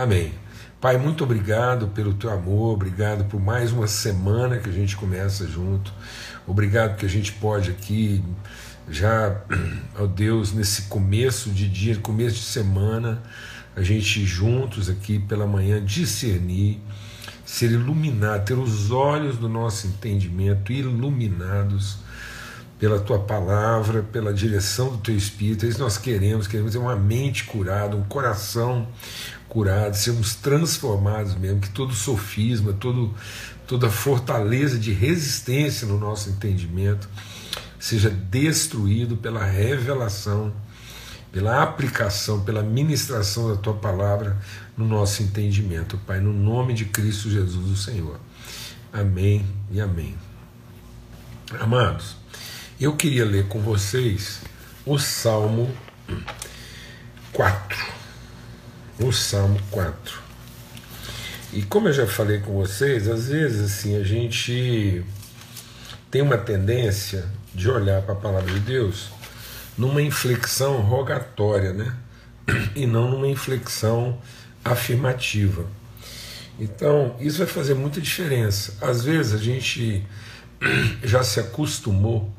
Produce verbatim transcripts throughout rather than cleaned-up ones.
Amém. Pai, muito obrigado pelo teu amor, obrigado por mais uma semana que a gente começa junto, obrigado que a gente pode aqui, já, ó Deus, nesse começo de dia, começo de semana, a gente juntos aqui pela manhã discernir, ser iluminado, ter os olhos do nosso entendimento iluminados pela tua palavra, pela direção do teu Espírito. É isso que nós queremos, queremos ter uma mente curada, um coração curado, sermos transformados mesmo, que todo sofisma, todo, toda fortaleza de resistência no nosso entendimento seja destruído pela revelação, pela aplicação, pela ministração da tua palavra no nosso entendimento, Pai, no nome de Cristo Jesus, o Senhor. Amém e amém. Amados, eu queria ler com vocês o Salmo quatro. O Salmo quatro. E como eu já falei com vocês, às vezes assim, a gente tem uma tendência de olhar para a palavra de Deus numa inflexão rogatória, né? E não numa inflexão afirmativa. Então, isso vai fazer muita diferença. Às vezes a gente já se acostumou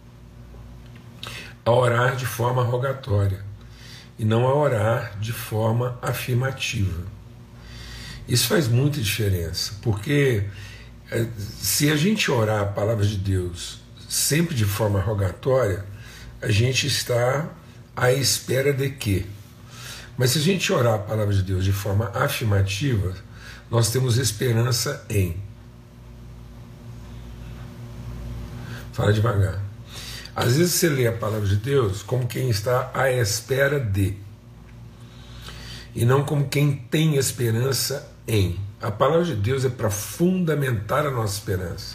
a orar de forma rogatória e não a orar de forma afirmativa. Isso faz muita diferença, porque se a gente orar a palavra de Deus sempre de forma rogatória, a gente está à espera de quê? Mas se a gente orar a palavra de Deus de forma afirmativa, nós temos esperança em. Fala devagar. Às vezes você lê a palavra de Deus como quem está à espera de, e não como quem tem esperança em. A palavra de Deus é para fundamentar a nossa esperança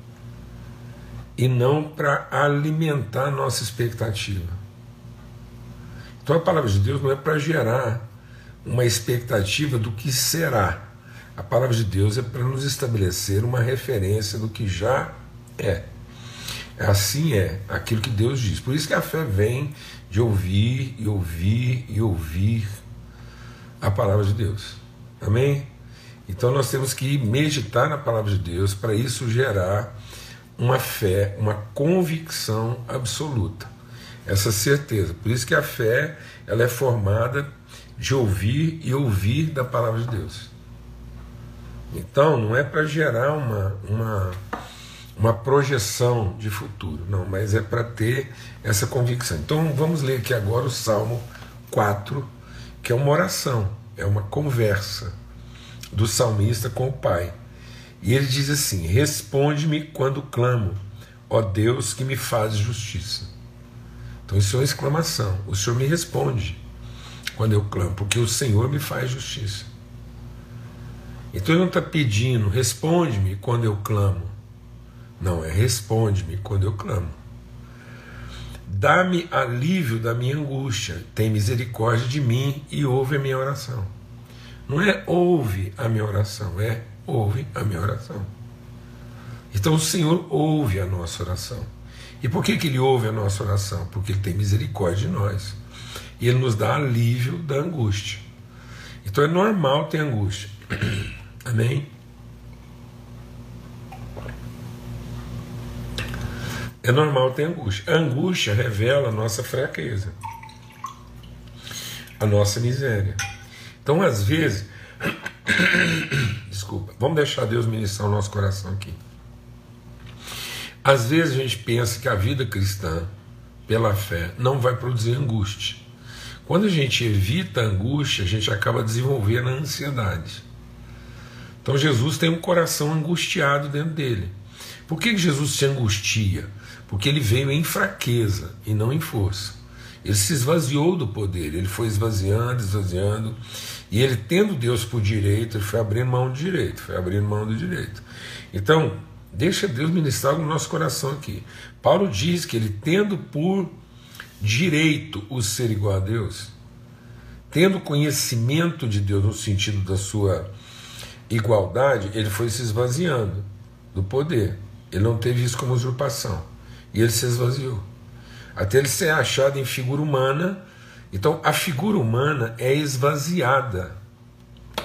e não para alimentar a nossa expectativa. Então a palavra de Deus não é para gerar uma expectativa do que será. A palavra de Deus é para nos estabelecer uma referência do que já é. Assim é aquilo que Deus diz. Por isso que a fé vem de ouvir e ouvir e ouvir a palavra de Deus. Amém? Então nós temos que meditar na palavra de Deus para isso gerar uma fé, uma convicção absoluta, essa certeza. Por isso que a fé ela é formada de ouvir e ouvir da palavra de Deus. Então não é para gerar uma, uma, uma projeção de futuro, não, mas é para ter essa convicção. Então vamos ler aqui agora o Salmo quatro, que é uma oração, é uma conversa do salmista com o Pai. E ele diz assim: responde-me quando clamo, ó Deus que me faz justiça. Então isso é uma exclamação. O Senhor me responde quando eu clamo, porque o Senhor me faz justiça. Então ele não está pedindo, responde-me quando eu clamo. Não, é responde-me quando eu clamo. Dá-me alívio da minha angústia, tem misericórdia de mim e ouve a minha oração. Não é ouve a minha oração, é ouve a minha oração. Então o Senhor ouve a nossa oração. E por que que Ele ouve a nossa oração? Porque Ele tem misericórdia de nós. E Ele nos dá alívio da angústia. Então é normal ter angústia. Amém? É normal ter angústia. A angústia revela a nossa fraqueza, a nossa miséria. Então às vezes... Desculpa, vamos deixar Deus ministrar o nosso coração aqui. Às vezes a gente pensa que a vida cristã, pela fé, não vai produzir angústia. Quando a gente evita a angústia, a gente acaba desenvolvendo a ansiedade. Então Jesus tem um coração angustiado dentro dele. Por que Jesus se angustia? Porque ele veio em fraqueza e não em força. Ele se esvaziou do poder, ele foi esvaziando, esvaziando, e ele, tendo Deus por direito, ele foi abrindo mão do direito, foi abrindo mão do direito. Então, deixa Deus ministrar no nosso coração aqui. Paulo diz que ele, tendo por direito o ser igual a Deus, tendo conhecimento de Deus no sentido da sua igualdade, ele foi se esvaziando do poder. Ele não teve isso como usurpação, e ele se esvaziou, até ele ser achado em figura humana. Então a figura humana é esvaziada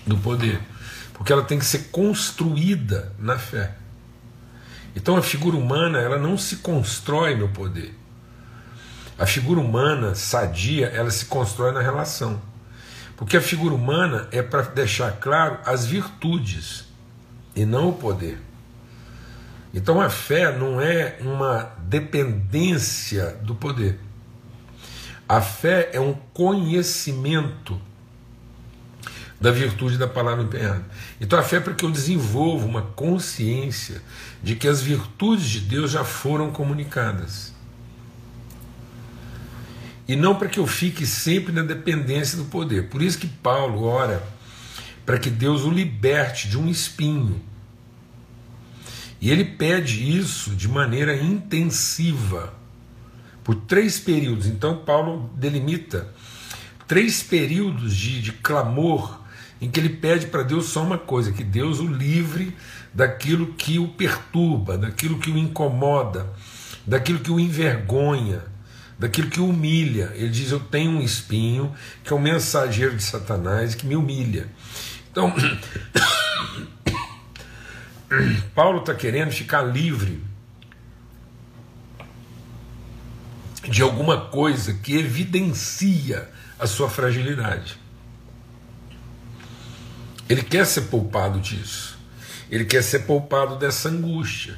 do poder, porque ela tem que ser construída na fé. Então a figura humana, ela não se constrói no poder. A figura humana sadia, ela se constrói na relação. Porque a figura humana é para deixar claro as virtudes e não o poder. Então a fé não é uma dependência do poder. A fé é um conhecimento da virtude da palavra empenhada. Então a fé é para que eu desenvolva uma consciência de que as virtudes de Deus já foram comunicadas. E não para que eu fique sempre na dependência do poder. Por isso que Paulo ora para que Deus o liberte de um espinho. E ele pede isso de maneira intensiva, por três períodos. Então Paulo delimita três períodos de, de clamor, em que ele pede para Deus só uma coisa: que Deus o livre daquilo que o perturba, daquilo que o incomoda, daquilo que o envergonha, daquilo que o humilha. Ele diz: eu tenho um espinho que é o mensageiro de Satanás que me humilha. Então Paulo está querendo ficar livre de alguma coisa que evidencia a sua fragilidade. Ele quer ser poupado disso. Ele quer ser poupado dessa angústia,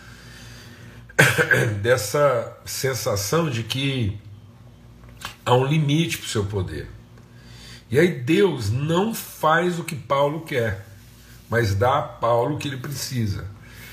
dessa sensação de que há um limite para o seu poder. E aí Deus não faz o que Paulo quer, mas dá a Paulo o que ele precisa.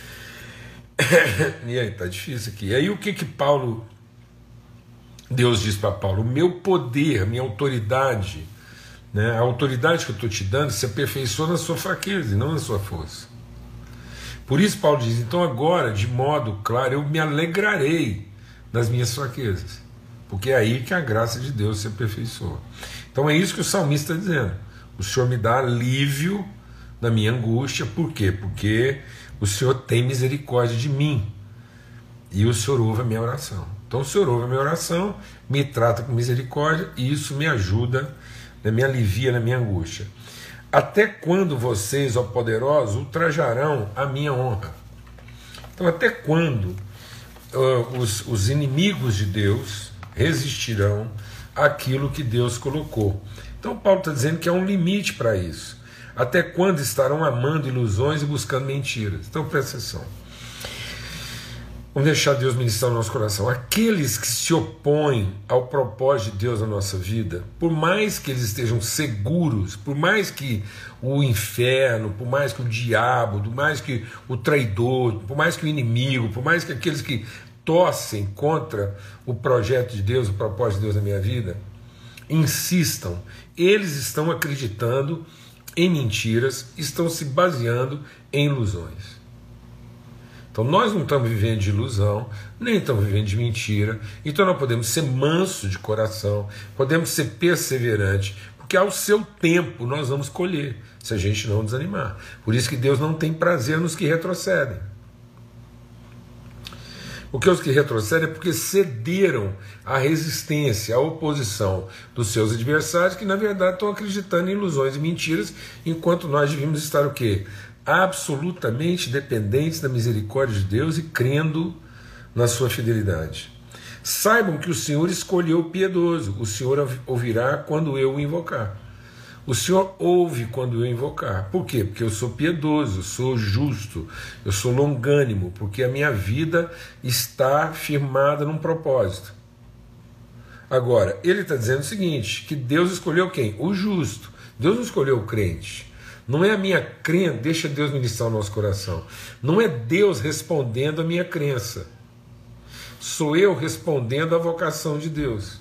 E aí, está difícil aqui. E aí o que que Paulo, Deus diz para Paulo: o meu poder, minha autoridade, né, a autoridade que eu estou te dando se aperfeiçoa na sua fraqueza e não na sua força. Por isso Paulo diz: então agora, de modo claro, eu me alegrarei nas minhas fraquezas, porque é aí que a graça de Deus se aperfeiçoa. Então é isso que o salmista está dizendo: o Senhor me dá alívio na minha angústia. Por quê? Porque o Senhor tem misericórdia de mim e o Senhor ouve a minha oração. Então o Senhor ouve a minha oração, me trata com misericórdia, e isso me ajuda, né, me alivia na minha angústia. Até quando vocês, ó poderosos, ultrajarão a minha honra? Então até quando uh, os, os inimigos de Deus resistirão àquilo que Deus colocou? Então Paulo está dizendo que há um limite para isso. Até quando estarão amando ilusões e buscando mentiras? Então presta atenção. Vamos deixar Deus ministrar no nosso coração. Aqueles que se opõem ao propósito de Deus na nossa vida, por mais que eles estejam seguros, por mais que o inferno, por mais que o diabo, por mais que o traidor, por mais que o inimigo, por mais que aqueles que torcem contra o projeto de Deus, o propósito de Deus na minha vida, insistam, eles estão acreditando em mentiras, estão se baseando em ilusões. Então nós não estamos vivendo de ilusão, nem estamos vivendo de mentira. Então nós podemos ser mansos de coração, podemos ser perseverantes, porque ao seu tempo nós vamos colher, se a gente não desanimar. Por isso que Deus não tem prazer nos que retrocedem. Porque os que retrocedem é porque cederam à resistência, à oposição dos seus adversários, que na verdade estão acreditando em ilusões e mentiras, enquanto nós devíamos estar o quê? Absolutamente dependentes da misericórdia de Deus e crendo na sua fidelidade. Saibam que o Senhor escolheu o piedoso, o Senhor ouvirá quando eu o invocar. O Senhor ouve quando eu invocar. Por quê? Porque eu sou piedoso, eu sou justo, eu sou longânimo, porque a minha vida está firmada num propósito. Agora, ele está dizendo o seguinte, que Deus escolheu quem? O justo. Deus não escolheu o crente. Não é a minha crença, deixa Deus ministrar o nosso coração. Não é Deus respondendo a minha crença. Sou eu respondendo à vocação de Deus.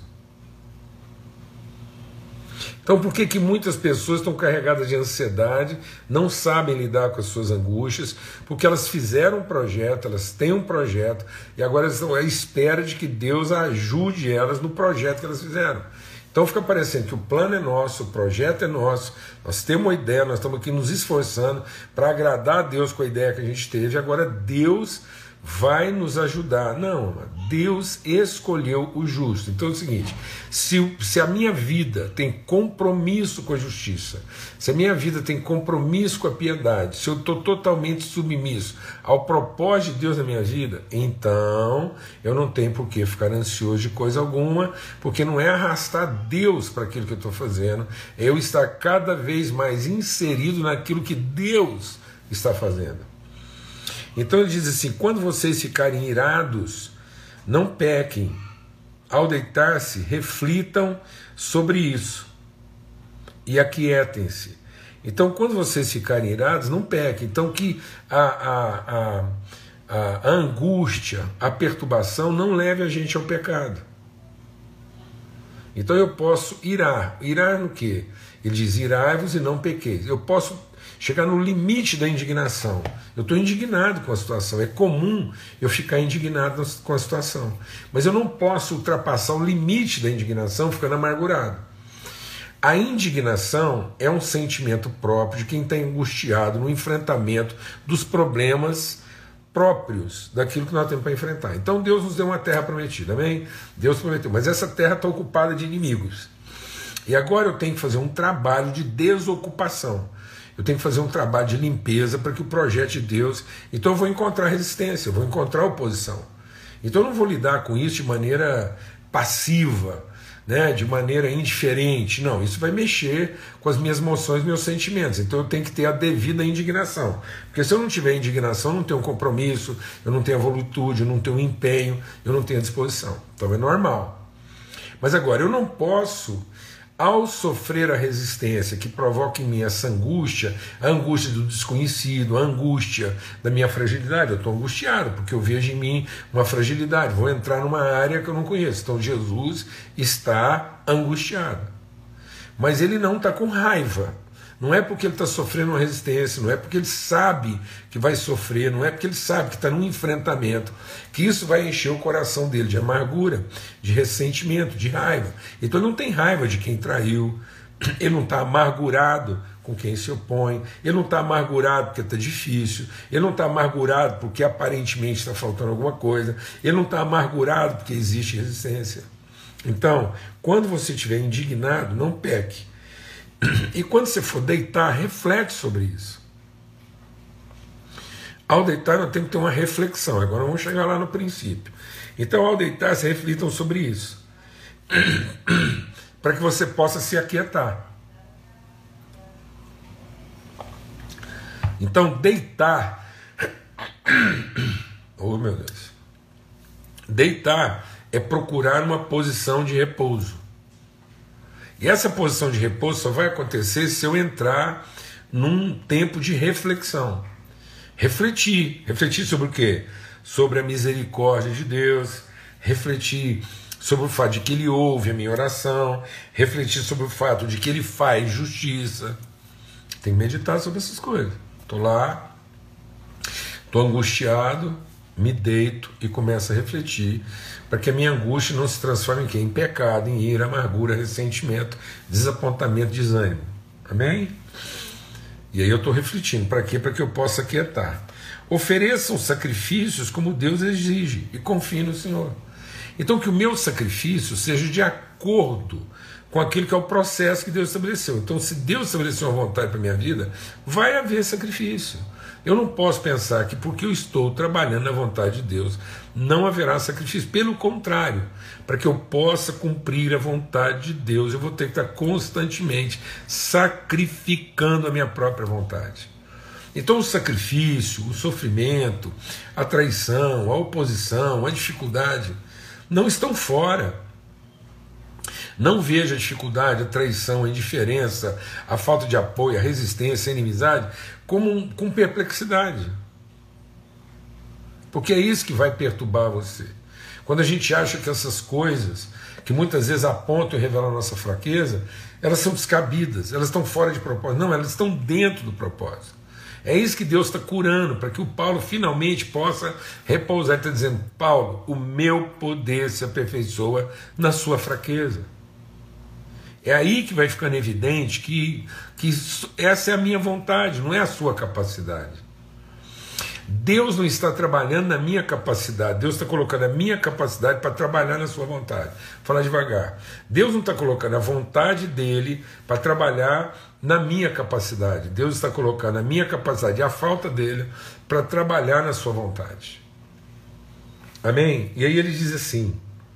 Então por que que muitas pessoas estão carregadas de ansiedade, não sabem lidar com as suas angústias? Porque elas fizeram um projeto, elas têm um projeto, e agora elas estão à espera de que Deus ajude elas no projeto que elas fizeram. Então fica parecendo que o plano é nosso, o projeto é nosso, nós temos uma ideia, nós estamos aqui nos esforçando para agradar a Deus com a ideia que a gente teve, agora Deus vai nos ajudar. Não, Deus escolheu o justo. Então é o seguinte, se, se a minha vida tem compromisso com a justiça, se a minha vida tem compromisso com a piedade, se eu estou totalmente submisso ao propósito de Deus na minha vida, então eu não tenho por que ficar ansioso de coisa alguma, porque não é arrastar Deus para aquilo que eu estou fazendo, é eu estar cada vez mais inserido naquilo que Deus está fazendo. Então ele diz assim, quando vocês ficarem irados, não pequem. Ao deitar-se, reflitam sobre isso e aquietem-se. Então quando vocês ficarem irados, não pequem. Então que a, a, a, a, a angústia, a perturbação não leve a gente ao pecado. Então eu posso irar. Irar no quê? Ele diz, irai-vos e não pequeis. Eu posso chegar no limite da indignação. Eu estou indignado com a situação. É comum eu ficar indignado com a situação. Mas eu não posso ultrapassar o limite da indignação ficando amargurado. A indignação é um sentimento próprio de quem está angustiado no enfrentamento dos problemas próprios daquilo que nós temos para enfrentar. Então Deus nos deu uma terra prometida, amém? Deus prometeu, mas essa terra está ocupada de inimigos. E agora eu tenho que fazer um trabalho de desocupação. Eu tenho que fazer um trabalho de limpeza para que o projeto de Deus... Então eu vou encontrar resistência, eu vou encontrar oposição. Então eu não vou lidar com isso de maneira passiva, né, de maneira indiferente. Não, isso vai mexer com as minhas emoções, meus sentimentos. Então eu tenho que ter a devida indignação. Porque se eu não tiver indignação, eu não tenho compromisso, eu não tenho a volutude, eu não tenho empenho, eu não tenho a disposição. Então é normal. Mas agora, eu não posso... Ao sofrer a resistência que provoca em mim essa angústia, a angústia do desconhecido, a angústia da minha fragilidade, eu estou angustiado, porque eu vejo em mim uma fragilidade, vou entrar numa área que eu não conheço. Então Jesus está angustiado. Mas ele não está com raiva. Não é porque ele está sofrendo uma resistência, não é porque ele sabe que vai sofrer, não é porque ele sabe que está num enfrentamento, que isso vai encher o coração dele de amargura, de ressentimento, de raiva. Então ele não tem raiva de quem traiu, ele não está amargurado com quem se opõe, ele não está amargurado porque está difícil, ele não está amargurado porque aparentemente está faltando alguma coisa, ele não está amargurado porque existe resistência. Então, quando você estiver indignado, não peque. E quando você for deitar, reflete sobre isso. Ao deitar, nós temos que ter uma reflexão. Agora vamos chegar lá no princípio. Então, ao deitar, se reflitam sobre isso, para que você possa se aquietar. Então, deitar. Oh, meu Deus. Deitar é procurar uma posição de repouso. E essa posição de repouso só vai acontecer se eu entrar num tempo de reflexão. Refletir. Refletir sobre o quê? Sobre a misericórdia de Deus. Refletir sobre o fato de que Ele ouve a minha oração. Refletir sobre o fato de que Ele faz justiça. Tem que meditar sobre essas coisas. Estou lá, estou angustiado, me deito e começo a refletir, para que a minha angústia não se transforme em quê? Em pecado, em ira, amargura, ressentimento, desapontamento, desânimo. Amém? E aí eu estou refletindo, para quê? Para que eu possa aquietar. Ofereçam sacrifícios como Deus exige e confiem no Senhor. Então que o meu sacrifício seja de acordo com aquilo que é o processo que Deus estabeleceu. Então se Deus estabeleceu uma vontade para a minha vida, vai haver sacrifício. Eu não posso pensar que porque eu estou trabalhando na vontade de Deus, não haverá sacrifício. Pelo contrário, para que eu possa cumprir a vontade de Deus, eu vou ter que estar constantemente sacrificando a minha própria vontade. Então o sacrifício, o sofrimento, a traição, a oposição, a dificuldade, não estão fora. Não veja a dificuldade, a traição, a indiferença, a falta de apoio, a resistência, a inimizade como um, com perplexidade. Porque é isso que vai perturbar você. Quando a gente acha que essas coisas, que muitas vezes apontam e revelam a nossa fraqueza, elas são descabidas, elas estão fora de propósito. Não, elas estão dentro do propósito. É isso que Deus está curando, para que o Paulo finalmente possa repousar. Ele está dizendo, Paulo, o meu poder se aperfeiçoa na sua fraqueza. É aí que vai ficando evidente que, que essa é a minha vontade, não é a sua capacidade. Deus não está trabalhando na minha capacidade, Deus está colocando a minha capacidade para trabalhar na sua vontade. Vou falar devagar. Deus não está colocando a vontade dele para trabalhar na minha capacidade. Deus está colocando a minha capacidade e a falta dele para trabalhar na sua vontade. Amém? E aí ele diz assim: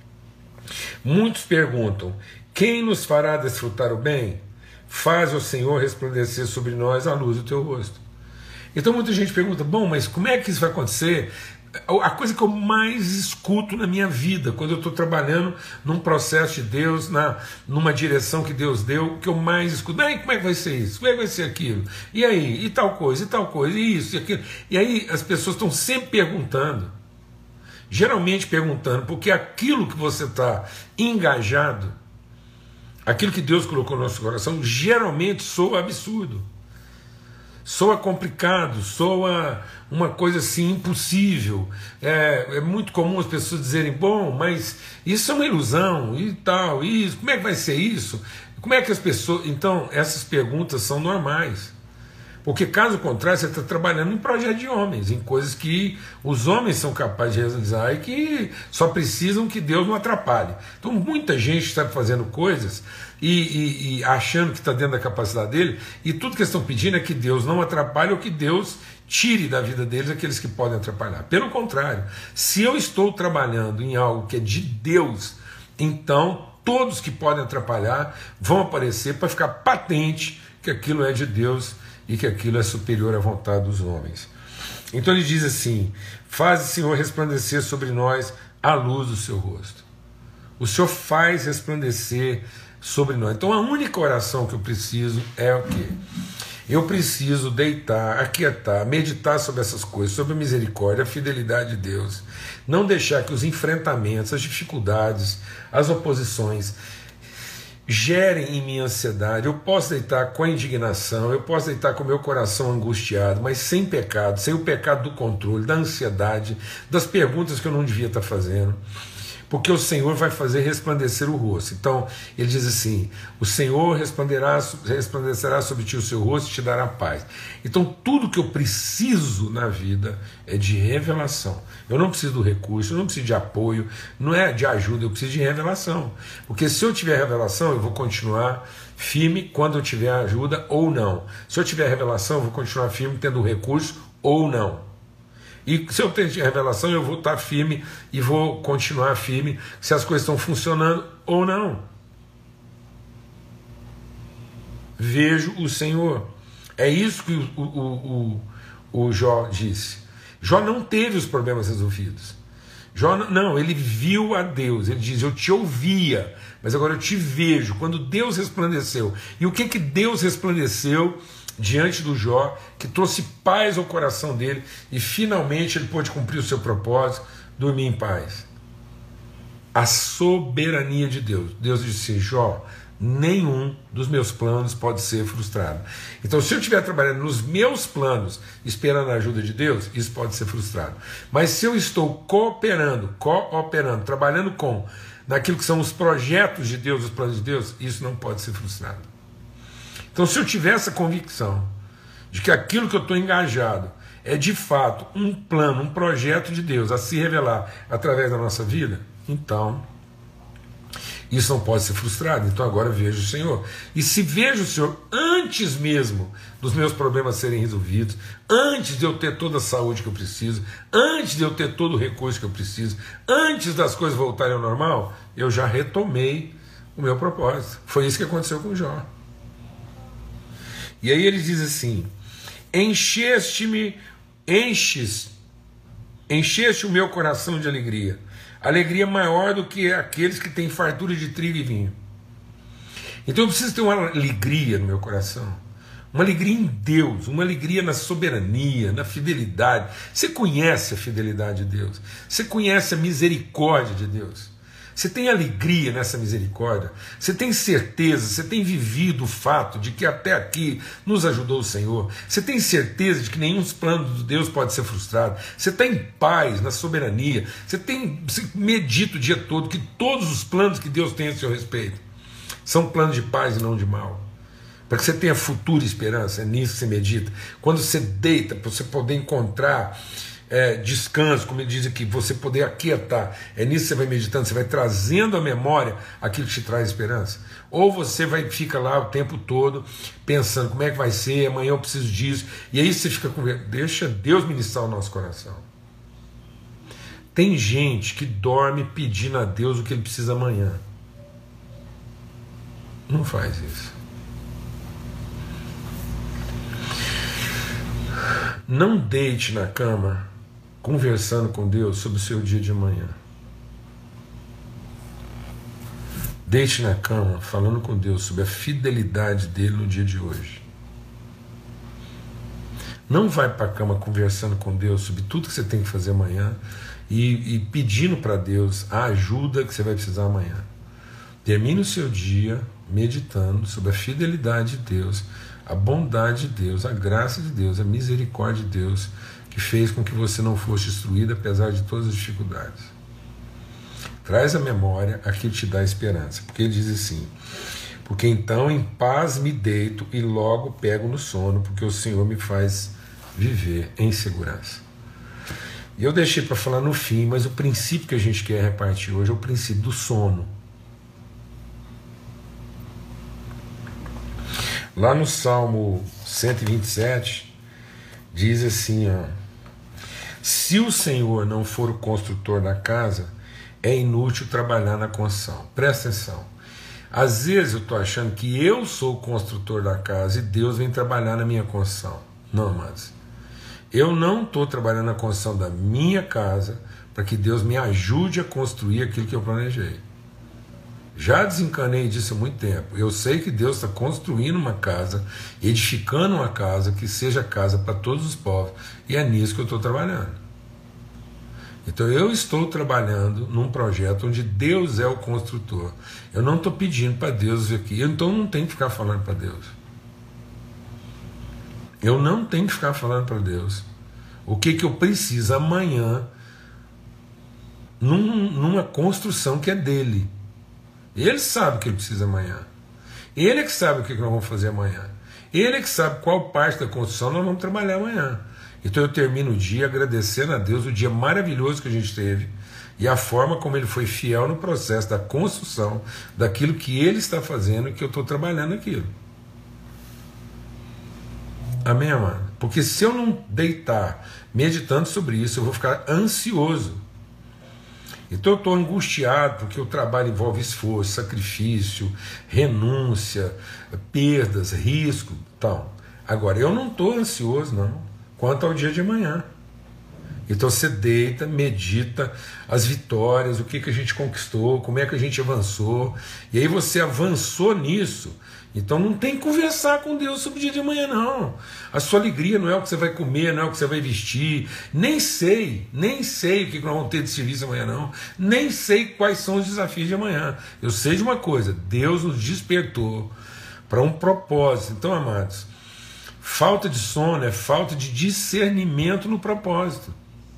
muitos perguntam, quem nos fará desfrutar o bem? Faz o Senhor resplandecer sobre nós a luz do teu rosto. Então muita gente pergunta, bom, mas como é que isso vai acontecer? A coisa que eu mais escuto na minha vida, quando eu estou trabalhando num processo de Deus, na, numa direção que Deus deu, o que eu mais escuto, ah, como é que vai ser isso? Como é que vai ser aquilo? E aí? E tal coisa? E tal coisa? E isso? E aquilo? E aí as pessoas estão sempre perguntando, geralmente perguntando, porque aquilo que você está engajado, aquilo que Deus colocou no nosso coração, geralmente soa absurdo. Soa complicado, soa uma coisa assim impossível. É, é muito comum as pessoas dizerem, bom, mas isso é uma ilusão e tal, isso, como é que vai ser isso? Como é que as pessoas... Então, essas perguntas são normais. Porque caso contrário, você está trabalhando em projeto de homens, em coisas que os homens são capazes de realizar e que só precisam que Deus não atrapalhe. Então muita gente está fazendo coisas e, e, e achando que está dentro da capacidade dele, e tudo que eles estão pedindo é que Deus não atrapalhe ou que Deus tire da vida deles aqueles que podem atrapalhar. Pelo contrário, se eu estou trabalhando em algo que é de Deus, então todos que podem atrapalhar vão aparecer para ficar patente que aquilo é de Deus e que aquilo é superior à vontade dos homens. Então ele diz assim: faz o Senhor resplandecer sobre nós a luz do seu rosto. O Senhor faz resplandecer sobre nós. Então a única oração que eu preciso é o quê? Eu preciso deitar, aquietar, meditar sobre essas coisas, sobre a misericórdia, a fidelidade de Deus, não deixar que os enfrentamentos, as dificuldades, as oposições gerem em minha ansiedade. Eu posso deitar com a indignação, eu posso deitar com o meu coração angustiado, mas sem pecado, sem o pecado do controle, da ansiedade, das perguntas que eu não devia estar fazendo, porque o Senhor vai fazer resplandecer o rosto. Então ele diz assim: o Senhor resplanderá, resplandecerá sobre ti o seu rosto e te dará paz. Então tudo que eu preciso na vida é de revelação. Eu não preciso do recurso, eu não preciso de apoio, não é de ajuda, eu preciso de revelação. Porque se eu tiver revelação, eu vou continuar firme quando eu tiver ajuda ou não. Se eu tiver revelação, eu vou continuar firme tendo recurso ou não. E se eu tenho revelação, eu vou estar firme e vou continuar firme se as coisas estão funcionando ou não. Vejo o Senhor. É isso que o, o, o, o Jó disse. Jó não teve os problemas resolvidos. Jó não, ele viu a Deus. Ele diz: eu te ouvia, mas agora eu te vejo. Quando Deus resplandeceu. E o que que Deus resplandeceu diante do Jó, que trouxe paz ao coração dele, e finalmente ele pôde cumprir o seu propósito, dormir em paz? A soberania de Deus. Deus disse: Jó, nenhum dos meus planos pode ser frustrado. Então, se eu estiver trabalhando nos meus planos, esperando a ajuda de Deus, isso pode ser frustrado. Mas se eu estou cooperando, cooperando, trabalhando com, naquilo que são os projetos de Deus, os planos de Deus, isso não pode ser frustrado. Então, se eu tiver essa convicção de que aquilo que eu estou engajado é de fato um plano, um projeto de Deus a se revelar através da nossa vida, então isso não pode ser frustrado. Então agora vejo o Senhor. E se vejo o Senhor antes mesmo dos meus problemas serem resolvidos, antes de eu ter toda a saúde que eu preciso, antes de eu ter todo o recurso que eu preciso, antes das coisas voltarem ao normal, eu já retomei o meu propósito. Foi isso que aconteceu com Jó. E aí ele diz assim: encheste-me, enches, encheste o meu coração de alegria, alegria maior do que aqueles que têm fartura de trigo e vinho. Então eu preciso ter uma alegria no meu coração, uma alegria em Deus, uma alegria na soberania, na fidelidade. Você conhece a fidelidade de Deus, você conhece a misericórdia de Deus. Você tem alegria nessa misericórdia, você tem certeza, você tem vivido o fato de que até aqui nos ajudou o Senhor, você tem certeza de que nenhum dos planos de Deus pode ser frustrado, você está em paz, na soberania, você, tem, você medita o dia todo que todos os planos que Deus tem a seu respeito são planos de paz e não de mal, para que você tenha futura esperança. É nisso que você medita. Quando você deita, para você poder encontrar é, descanso, como ele diz aqui, você poder aquietar. É nisso que você vai meditando, você vai trazendo à memória aquilo que te traz esperança. Ou você vai fica lá o tempo todo pensando como é que vai ser, amanhã eu preciso disso, e aí você fica com... Deixa Deus ministrar o nosso coração. Tem gente que dorme pedindo a Deus o que ele precisa amanhã. Não faz isso. Não deite na cama conversando com Deus sobre o seu dia de amanhã. Deite na cama falando com Deus sobre a fidelidade dele no dia de hoje. Não vai para a cama conversando com Deus sobre tudo que você tem que fazer amanhã e, e pedindo para Deus a ajuda que você vai precisar amanhã. Termine o seu dia meditando sobre a fidelidade de Deus, a bondade de Deus, a graça de Deus, a misericórdia de Deus, que fez com que você não fosse destruído apesar de todas as dificuldades. Traz à memória aquilo que te dá esperança, porque ele diz assim: porque então em paz me deito e logo pego no sono, porque o Senhor me faz viver em segurança. E eu deixei para falar no fim, mas o princípio que a gente quer repartir hoje é o princípio do sono. Lá no Salmo cento e vinte e sete, diz assim, ó: se o Senhor não for o construtor da casa, é inútil trabalhar na construção. Presta atenção. Às vezes eu estou achando que eu sou o construtor da casa e Deus vem trabalhar na minha construção. Não, amados. Eu não estou trabalhando na construção da minha casa para que Deus me ajude a construir aquilo que eu planejei. Já desencanei disso há muito tempo. Eu sei que Deus está construindo uma casa, edificando uma casa que seja casa para todos os povos, e é nisso que eu estou trabalhando. Então eu estou trabalhando num projeto onde Deus é o construtor. Eu não estou pedindo para Deus vir aqui, então eu não tenho que ficar falando para Deus. Eu não tenho que ficar falando para Deus o que, que eu preciso amanhã num, numa construção que é dele. Ele sabe o que ele precisa amanhã. Ele é que sabe o que nós vamos fazer amanhã. Ele é que sabe qual parte da construção nós vamos trabalhar amanhã. Então eu termino o dia agradecendo a Deus o dia maravilhoso que a gente teve e a forma como ele foi fiel no processo da construção daquilo que ele está fazendo e que eu estou trabalhando aquilo. Amém, amado? Porque se eu não deitar meditando sobre isso, eu vou ficar ansioso. Então eu estou angustiado porque o trabalho envolve esforço, sacrifício, renúncia, perdas, risco, tal. Agora, eu não estou ansioso, não, quanto ao dia de amanhã. Então você deita, medita as vitórias, o que, que a gente conquistou, como é que a gente avançou, e aí você avançou nisso. Então não tem que conversar com Deus sobre o dia de amanhã, não. A sua alegria não é o que você vai comer, não é o que você vai vestir. Nem sei, nem sei o que nós vamos ter de serviço amanhã, não. Nem sei quais são os desafios de amanhã. Eu sei de uma coisa: Deus nos despertou para um propósito. Então, amados, falta de sono é falta de discernimento no propósito.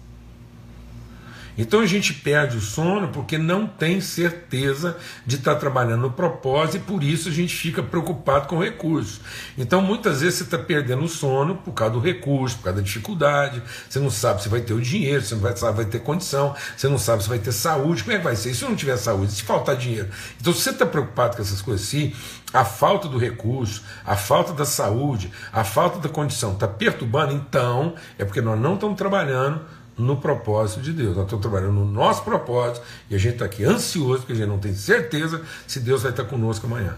Então a gente perde o sono porque não tem certeza de estar trabalhando no propósito, e por isso a gente fica preocupado com o recurso. Então muitas vezes você está perdendo o sono por causa do recurso, por causa da dificuldade. Você não sabe se vai ter o dinheiro, você não vai, sabe, vai ter condição, você não sabe se vai ter saúde. Como é que vai ser? E se não tiver saúde, se faltar dinheiro? Então se você está preocupado com essas coisas assim, a falta do recurso, a falta da saúde, a falta da condição está perturbando, então é porque nós não estamos trabalhando no propósito de Deus. Nós estamos trabalhando no nosso propósito e a gente está aqui ansioso porque a gente não tem certeza se Deus vai estar conosco amanhã.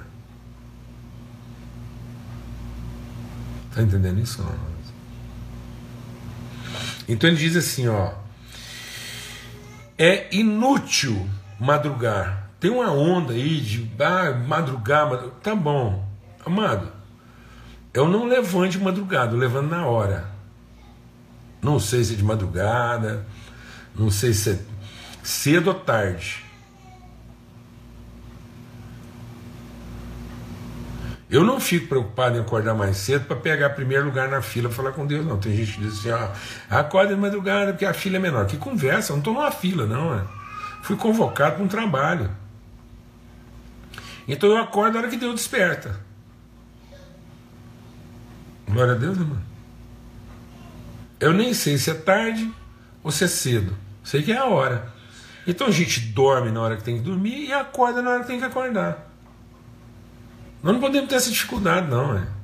Está entendendo isso? Não? Então ele diz assim, ó: é inútil madrugar. Tem uma onda aí de ah, madrugar, madrugar. Tá bom, amado, eu não levanto de madrugada, eu levanto na hora. Não sei se é de madrugada, não sei se é cedo ou tarde. Eu não fico preocupado em acordar mais cedo para pegar primeiro lugar na fila e falar com Deus, não. Tem gente que diz assim, ó, acorda de madrugada porque a fila é menor. Que conversa, eu não estou numa fila, não. É. Fui convocado para um trabalho. Então eu acordo na hora que Deus desperta. Glória a Deus, irmão. Eu nem sei se é tarde ou se é cedo. Sei que é a hora. Então a gente dorme na hora que tem que dormir e acorda na hora que tem que acordar. Nós não podemos ter essa dificuldade, não. É.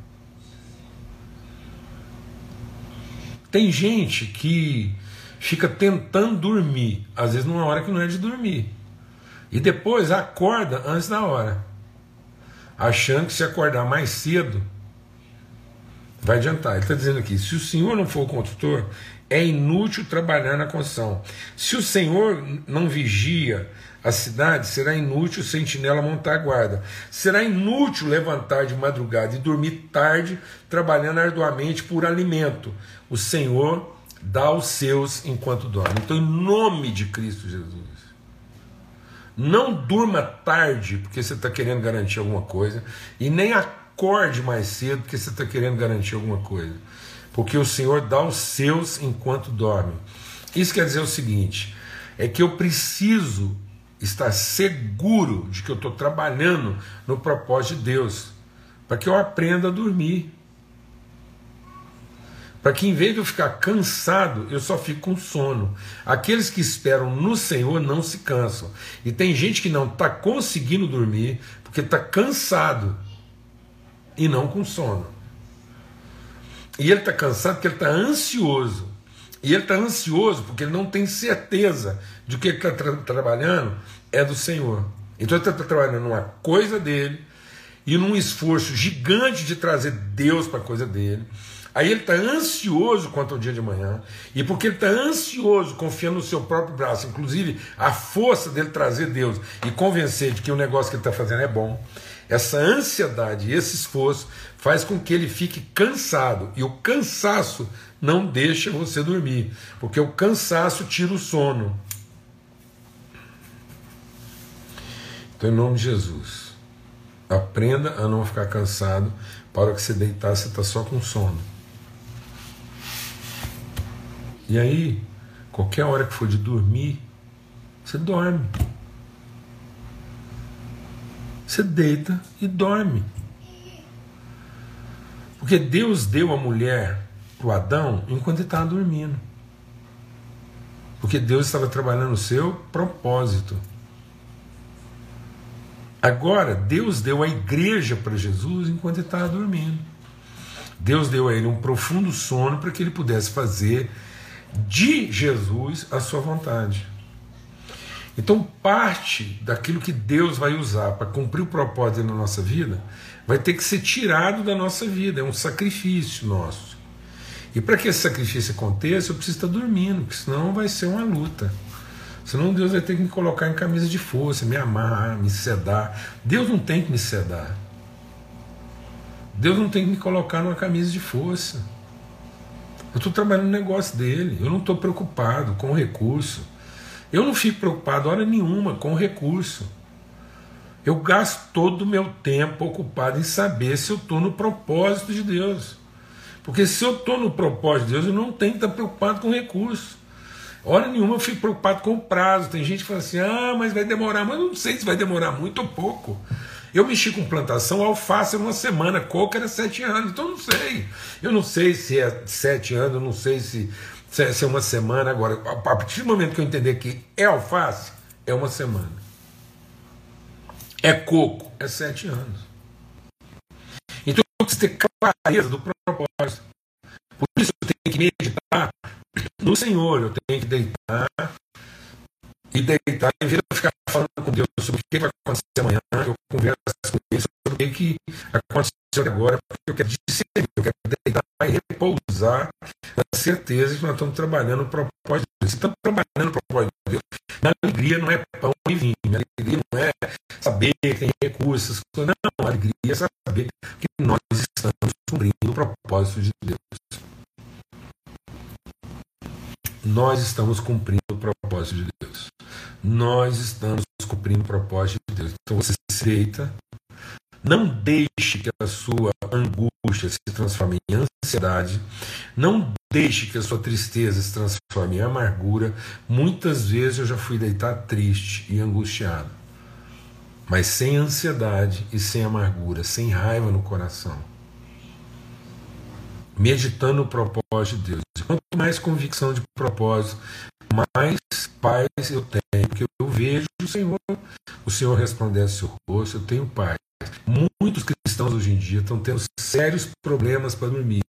Tem gente que fica tentando dormir, às vezes numa hora que não é de dormir, e depois acorda antes da hora, achando que se acordar mais cedo vai adiantar. Ele está dizendo aqui: se o Senhor não for o construtor, é inútil trabalhar na construção. Se o Senhor não vigia a cidade, será inútil o sentinela montar guarda. Será inútil levantar de madrugada e dormir tarde, trabalhando arduamente por alimento. O Senhor dá os seus enquanto dorme. Então, em nome de Cristo Jesus, não durma tarde porque você está querendo garantir alguma coisa, e nem acorde mais cedo porque você está querendo garantir alguma coisa, porque o Senhor dá os seus enquanto dorme. Isso quer dizer o seguinte: é que eu preciso estar seguro de que eu estou trabalhando no propósito de Deus, para que eu aprenda a dormir, para que em vez de eu ficar cansado, eu só fico com sono. Aqueles que esperam no Senhor não se cansam. E tem gente que não está conseguindo dormir porque está cansado e não com sono. E ele está cansado porque ele está ansioso. E ele está ansioso porque ele não tem certeza de que ele está tra trabalhando é do Senhor. Então ele está trabalhando numa coisa dele e num esforço gigante de trazer Deus para a coisa dele. Aí ele está ansioso quanto ao dia de amanhã, e porque ele está ansioso, confiando no seu próprio braço, inclusive a força dele trazer Deus e convencer de que o negócio que ele está fazendo é bom, essa ansiedade e esse esforço faz com que ele fique cansado, e o cansaço não deixa você dormir, porque o cansaço tira o sono. Então, em nome de Jesus, aprenda a não ficar cansado. Para a hora que você deitar, você está só com sono. E aí, qualquer hora que for de dormir, você dorme. Você deita e dorme. Porque Deus deu a mulher para o Adão enquanto ele estava dormindo. Porque Deus estava trabalhando o seu propósito. Agora, Deus deu a igreja para Jesus enquanto ele estava dormindo. Deus deu a ele um profundo sono para que ele pudesse fazer de Jesus a sua vontade. Então, parte daquilo que Deus vai usar para cumprir o propósito na nossa vida vai ter que ser tirado da nossa vida. É um sacrifício nosso. E para que esse sacrifício aconteça, eu preciso estar dormindo, porque senão vai ser uma luta. Senão Deus vai ter que me colocar em camisa de força, me amarrar, me sedar. Deus não tem que me sedar. Deus não tem que me colocar numa camisa de força. Eu estou trabalhando no negócio dele. Eu não estou preocupado com o recurso. Eu não fico preocupado hora nenhuma com o recurso. Eu gasto todo o meu tempo ocupado em saber se eu estou no propósito de Deus. Porque se eu estou no propósito de Deus, eu não tenho que estar preocupado com o recurso. Hora nenhuma eu fico preocupado com o prazo. Tem gente que fala assim: ah, mas vai demorar. Mas eu não sei se vai demorar muito ou pouco. Eu mexi com plantação, alface era uma semana, coco era sete anos, então eu não sei. Eu não sei se é sete anos, eu não sei se, se, é, se é uma semana. Agora, a partir do momento que eu entender que é alface, é uma semana. É coco, é sete anos. Então eu preciso ter clareza do propósito. Por isso eu tenho que meditar no Senhor, eu tenho que deitar e deitar, em vez de eu ficar falando com Deus sobre o que vai acontecer amanhã, eu converso com Ele sobre o que aconteceu agora, porque eu quero discernir, eu quero deitar e repousar na certeza de que nós estamos trabalhando no propósito de Deus. Se estamos trabalhando no propósito de Deus, a alegria não é pão e vinho, a alegria não é saber que tem recursos, não, a alegria é saber que nós estamos cumprindo o propósito de Deus. Nós estamos cumprindo o propósito de Deus. Nós estamos cumprindo o propósito de Deus. Então você se deita, não deixe que a sua angústia se transforme em ansiedade, não deixe que a sua tristeza se transforme em amargura. Muitas vezes eu já fui deitar triste e angustiado, mas sem ansiedade e sem amargura, sem raiva no coração, meditando o propósito de Deus. Quanto mais convicção de propósito, mais paz eu tenho, porque eu vejo o Senhor, o Senhor resplandece o rosto, eu tenho paz. Muitos cristãos hoje em dia estão tendo sérios problemas para dormir.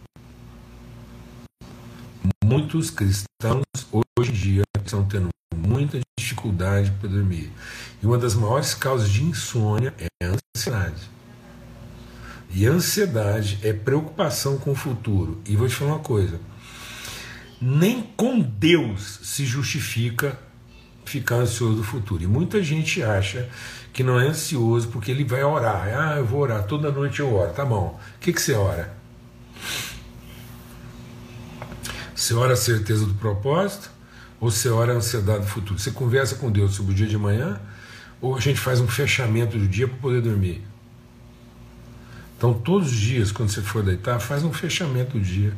Muitos cristãos hoje em dia estão tendo muita dificuldade para dormir. E uma das maiores causas de insônia é a ansiedade. E a ansiedade é preocupação com o futuro. E vou te falar uma coisa: nem com Deus se justifica ficar ansioso do futuro. E muita gente acha que não é ansioso porque ele vai orar. Ah, eu vou orar, toda noite eu oro. Tá bom. O que, que você ora? Você ora a certeza do propósito ou você ora a ansiedade do futuro? Você conversa com Deus sobre o dia de manhã ou a gente faz um fechamento do dia para poder dormir? Então todos os dias, quando você for deitar, faz um fechamento do dia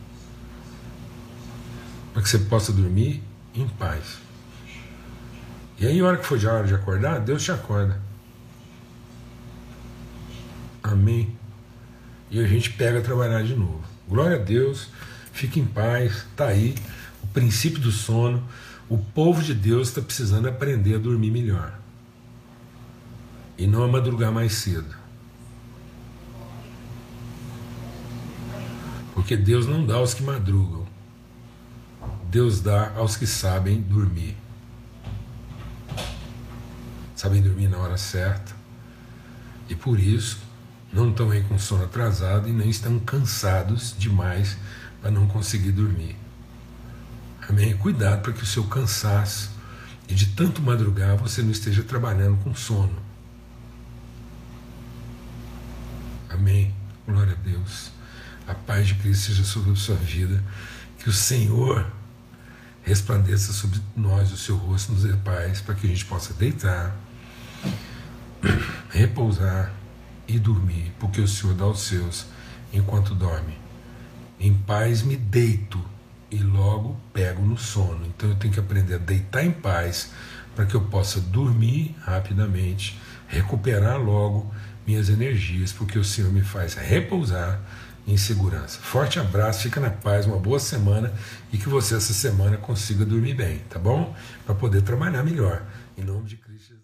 para que você possa dormir em paz. E aí, a hora que for a hora de acordar, Deus te acorda. Amém? E a gente pega a trabalhar de novo. Glória a Deus, fique em paz, está aí o princípio do sono. O povo de Deus está precisando aprender a dormir melhor e não a madrugar mais cedo. Porque Deus não dá aos que madrugam, Deus dá aos que sabem dormir. Sabem dormir na hora certa. E por isso não estão aí com sono atrasado e nem estão cansados demais para não conseguir dormir. Amém? Cuidado para que o seu cansaço e de tanto madrugar você não esteja trabalhando com sono. Amém? Glória a Deus. A paz de Cristo seja sobre a sua vida. Que o Senhor resplandeça sobre nós o seu rosto, nos dê paz, para que a gente possa deitar, repousar e dormir, porque o Senhor dá os seus enquanto dorme. Em paz me deito e logo pego no sono. Então eu tenho que aprender a deitar em paz para que eu possa dormir rapidamente, recuperar logo minhas energias, porque o Senhor me faz repousar em segurança. Forte abraço, fica na paz, uma boa semana e que você essa semana consiga dormir bem, tá bom? Para poder trabalhar melhor. Em nome de Cristo.